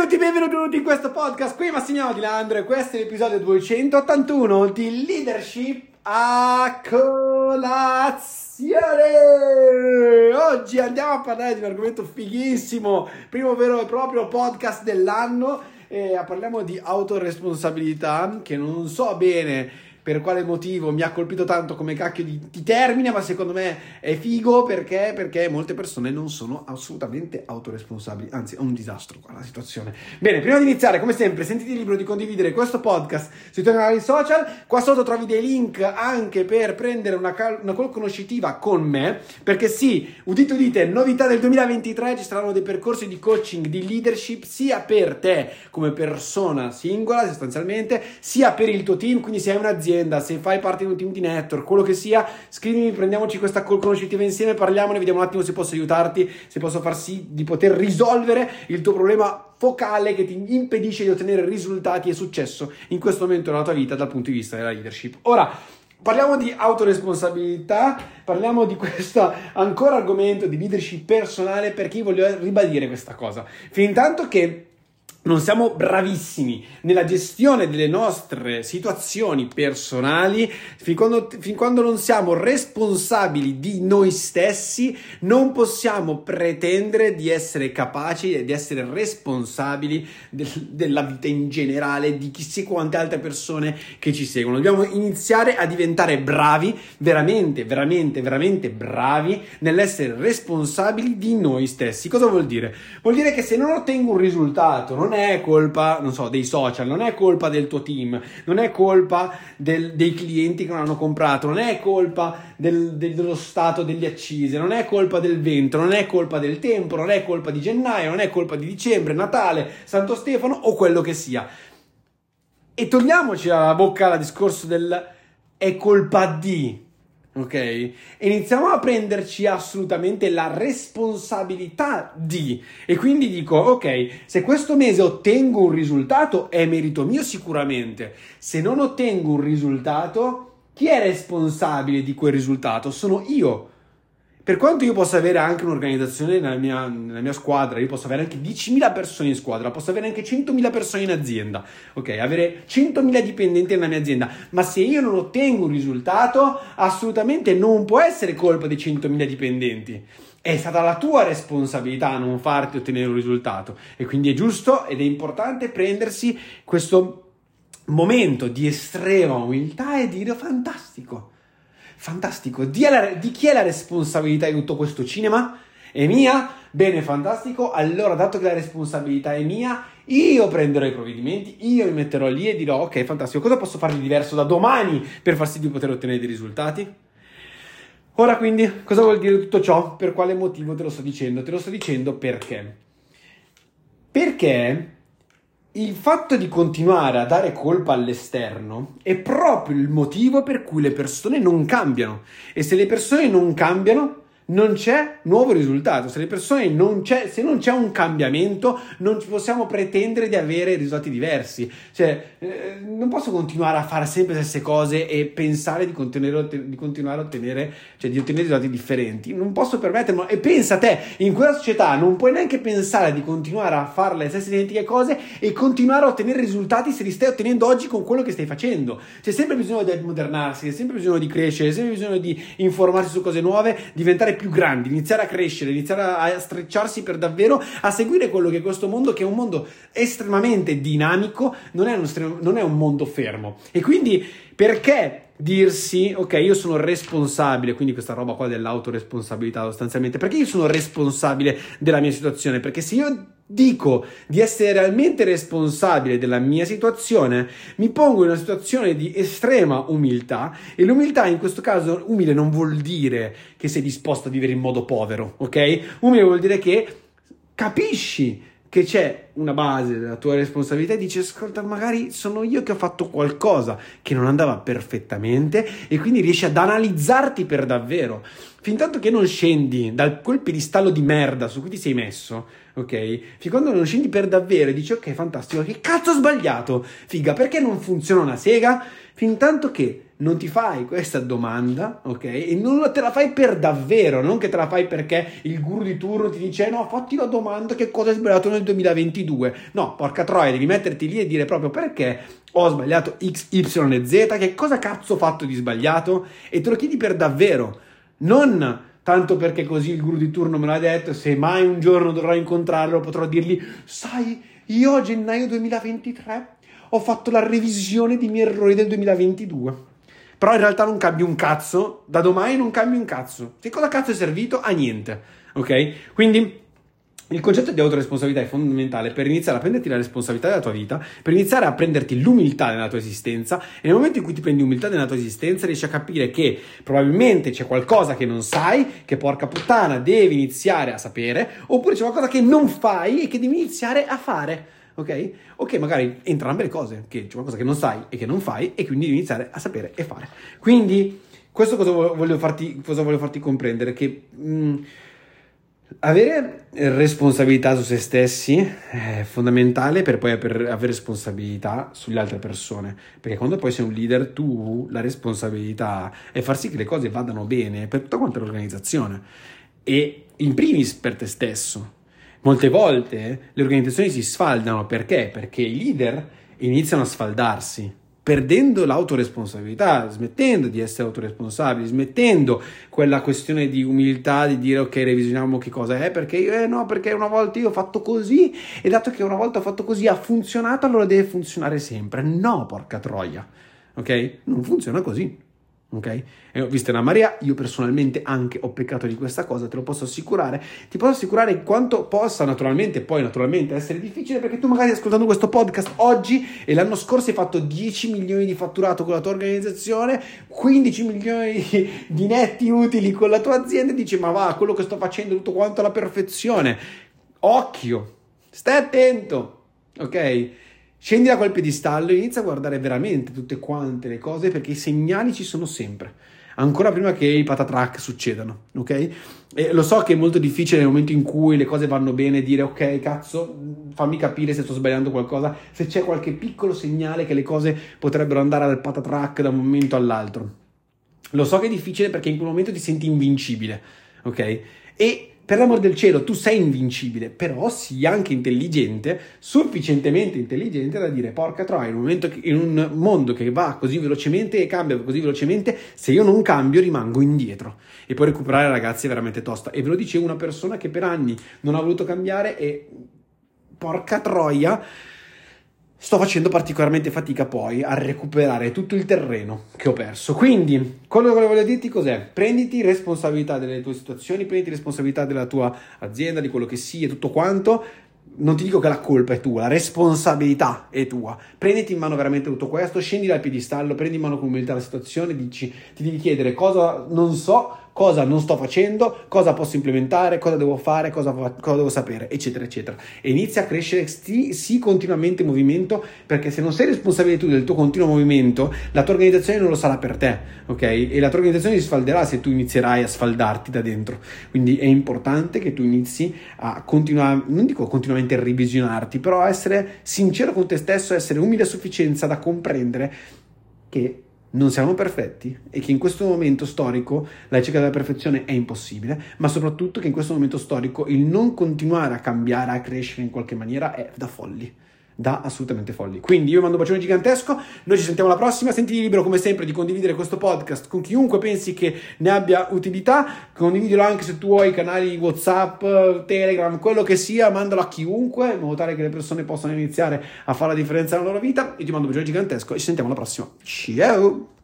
Benvenuti in questo podcast. Qui Massimiliano Di Landro e questo è l'episodio 281 di Leadership a colazione. Oggi andiamo a parlare di un argomento fighissimo, primo vero e proprio podcast dell'anno, e parliamo di autoresponsabilità, che non so bene per quale motivo mi ha colpito tanto come cacchio di termine, ma secondo me è figo perché molte persone non sono assolutamente autoresponsabili, anzi è un disastro qua la situazione. Bene, prima di iniziare, come sempre, sentiti libero di condividere questo podcast sui tuoi canali social. Qua sotto trovi dei link anche per prendere una call conoscitiva con me, perché sì, udite, novità del 2023, ci saranno dei percorsi di coaching, di leadership, sia per te come persona singola sostanzialmente, sia per il tuo team, quindi se hai un'azienda, se fai parte di un team di network, quello che sia, scrivimi, prendiamoci questa call conoscitiva insieme, parliamone, vediamo un attimo se posso aiutarti, se posso far sì di poter risolvere il tuo problema focale che ti impedisce di ottenere risultati e successo in questo momento della tua vita dal punto di vista della leadership. Ora, parliamo di autoresponsabilità, parliamo di questo ancora argomento di leadership personale, perché io voglio ribadire questa cosa. Fintanto che non siamo bravissimi nella gestione delle nostre situazioni personali, fin quando non siamo responsabili di noi stessi, non possiamo pretendere di essere capaci e di essere responsabili della vita in generale, di chissà quante altre persone che ci seguono. Dobbiamo iniziare a diventare bravi, veramente bravi nell'essere responsabili di noi stessi. Cosa vuol dire? Vuol dire che se non ottengo un risultato, non è colpa, non so, dei social, non è colpa del tuo team, non è colpa dei clienti che non hanno comprato, non è colpa dello stato delle accise, non è colpa del vento, non è colpa del tempo, non è colpa di gennaio, non è colpa di dicembre, Natale, Santo Stefano o quello che sia. E togliamoci dalla bocca il discorso del è colpa di, ok? E iniziamo a prenderci assolutamente la responsabilità di, e quindi dico, ok, se questo mese ottengo un risultato è merito mio sicuramente. Se non ottengo un risultato, chi è responsabile di quel risultato? Sono io. Per quanto io possa avere anche un'organizzazione nella mia squadra, io posso avere anche 10.000 persone in squadra, posso avere anche 100.000 persone in azienda, ok? Avere 100.000 dipendenti nella mia azienda, ma se io non ottengo un risultato, assolutamente non può essere colpa dei 100.000 dipendenti. È stata la tua responsabilità non farti ottenere un risultato, e quindi è giusto ed è importante prendersi questo momento di estrema umiltà e dire fantastico, di chi è la responsabilità di tutto questo cinema? È mia? Bene, fantastico, allora dato che la responsabilità è mia, io prenderò i provvedimenti, io mi metterò lì e dirò ok, fantastico, cosa posso fare di diverso da domani per far sì di poter ottenere dei risultati? Ora quindi, cosa vuol dire tutto ciò? Per quale motivo te lo sto dicendo? Te lo sto dicendo perché il fatto di continuare a dare colpa all'esterno è proprio il motivo per cui le persone non cambiano. E se le persone non cambiano, non c'è nuovo risultato. Se non c'è un cambiamento, non ci possiamo pretendere di avere risultati diversi. Non posso continuare a fare sempre le stesse cose e pensare di continuare a ottenere, di ottenere risultati differenti. Non posso permettermelo. E pensa te, in quella società non puoi neanche pensare di continuare a fare le stesse identiche cose e continuare a ottenere risultati se li stai ottenendo oggi con quello che stai facendo. C'è sempre bisogno di ammodernarsi, c'è sempre bisogno di crescere, c'è sempre bisogno di informarsi su cose nuove, diventare più grandi, iniziare a crescere, iniziare a strecciarsi per davvero, a seguire quello che è questo mondo, che è un mondo estremamente dinamico, non è un mondo fermo. E quindi perché dirsi ok, io sono responsabile, quindi questa roba qua dell'autoresponsabilità sostanzialmente, perché io sono responsabile della mia situazione? Perché se io dico di essere realmente responsabile della mia situazione, mi pongo in una situazione di estrema umiltà, e l'umiltà in questo caso, umile non vuol dire che sei disposto a vivere in modo povero, ok? Umile vuol dire che capisci che c'è una base della tua responsabilità e dici ascolta, magari sono io che ho fatto qualcosa che non andava perfettamente, e quindi riesci ad analizzarti per davvero. Fintanto che non scendi da quel piedistallo di merda su cui ti sei messo, ok? Fin quando non scendi per davvero e dici ok, fantastico, che cazzo ho sbagliato? Figa, perché non funziona una sega? Fintanto che non ti fai questa domanda, ok? E non te la fai per davvero, non che te la fai perché il guru di turno ti dice no, fatti la domanda che cosa hai sbagliato nel 2022. No, porca troia, devi metterti lì e dire proprio perché ho sbagliato X, Y e Z, che cosa cazzo ho fatto di sbagliato? E te lo chiedi per davvero, non tanto perché così il guru di turno me l'ha detto, se mai un giorno dovrò incontrarlo potrò dirgli, sai, io a gennaio 2023 ho fatto la revisione dei miei errori del 2022. Però in realtà non cambia un cazzo, da domani non cambia un cazzo. Che cosa cazzo è servito? A niente, ok? Quindi il concetto di autoresponsabilità è fondamentale per iniziare a prenderti la responsabilità della tua vita, per iniziare a prenderti l'umiltà nella tua esistenza, e nel momento in cui ti prendi umiltà nella tua esistenza riesci a capire che probabilmente c'è qualcosa che non sai, che porca puttana devi iniziare a sapere, oppure c'è qualcosa che non fai e che devi iniziare a fare. Ok? Ok, magari entrambe le cose, che c'è qualcosa che non sai e che non fai e quindi devi iniziare a sapere e fare. Quindi questo cosa voglio farti comprendere? Che avere responsabilità su se stessi è fondamentale per poi avere responsabilità sulle altre persone, perché quando poi sei un leader tu la responsabilità è far sì che le cose vadano bene per tutta quanta l'organizzazione e in primis per te stesso. Molte volte le organizzazioni si sfaldano perché? Perché i leader iniziano a sfaldarsi, perdendo l'autoresponsabilità, smettendo di essere autoresponsabili, smettendo quella questione di umiltà di dire ok, revisioniamo che cosa è, perché io no, perché una volta io ho fatto così e dato che una volta ho fatto così ha funzionato, allora deve funzionare sempre. No, porca troia, ok? Non funziona così. Ok? E ho visto una marea, io personalmente anche ho peccato di questa cosa, te lo posso assicurare, ti posso assicurare quanto possa naturalmente essere difficile, perché tu magari ascoltando questo podcast oggi e l'anno scorso hai fatto 10 milioni di fatturato con la tua organizzazione, 15 milioni di netti utili con la tua azienda e dici ma va, quello che sto facendo è tutto quanto alla perfezione. Occhio, stai attento, ok? Scendi da quel piedistallo e inizia a guardare veramente tutte quante le cose, perché i segnali ci sono sempre, ancora prima che i patatrack succedano, ok? E lo so che è molto difficile nel momento in cui le cose vanno bene dire ok, cazzo, fammi capire se sto sbagliando qualcosa, se c'è qualche piccolo segnale che le cose potrebbero andare al patatrack da un momento all'altro. Lo so che è difficile perché in quel momento ti senti invincibile, ok? E per l'amor del cielo, tu sei invincibile, però sii anche intelligente, sufficientemente intelligente da dire porca troia, in un mondo che va così velocemente e cambia così velocemente, se io non cambio rimango indietro. E poi recuperare, ragazzi, è veramente tosta. E ve lo dice una persona che per anni non ha voluto cambiare e porca troia, sto facendo particolarmente fatica poi a recuperare tutto il terreno che ho perso. Quindi, quello che voglio dirti cos'è? Prenditi responsabilità delle tue situazioni, prenditi responsabilità della tua azienda, di quello che sia, tutto quanto. Non ti dico che la colpa è tua, la responsabilità è tua. Prenditi in mano veramente tutto questo, scendi dal piedistallo, prendi in mano con umiltà la situazione, ti devi chiedere cosa non so, cosa non sto facendo, cosa posso implementare, cosa devo fare, cosa devo sapere, eccetera, eccetera. E inizia a crescere, sì, continuamente in movimento, perché se non sei responsabile tu del tuo continuo movimento, la tua organizzazione non lo sarà per te, ok? E la tua organizzazione si sfalderà se tu inizierai a sfaldarti da dentro. Quindi è importante che tu inizi a continuare, non dico continuamente a revisionarti, però a essere sincero con te stesso, essere umile a sufficienza da comprendere che non siamo perfetti e che in questo momento storico la ricerca della perfezione è impossibile, ma soprattutto che in questo momento storico il non continuare a cambiare, a crescere in qualche maniera è da folli, da assolutamente folli. Quindi io mando un bacione gigantesco, noi ci sentiamo alla prossima, sentiti libero come sempre di condividere questo podcast con chiunque pensi che ne abbia utilità, condividilo anche se tu hai canali WhatsApp, Telegram, quello che sia, mandalo a chiunque in modo tale che le persone possano iniziare a fare la differenza nella loro vita. Io ti mando un bacione gigantesco e ci sentiamo alla prossima. Ciao!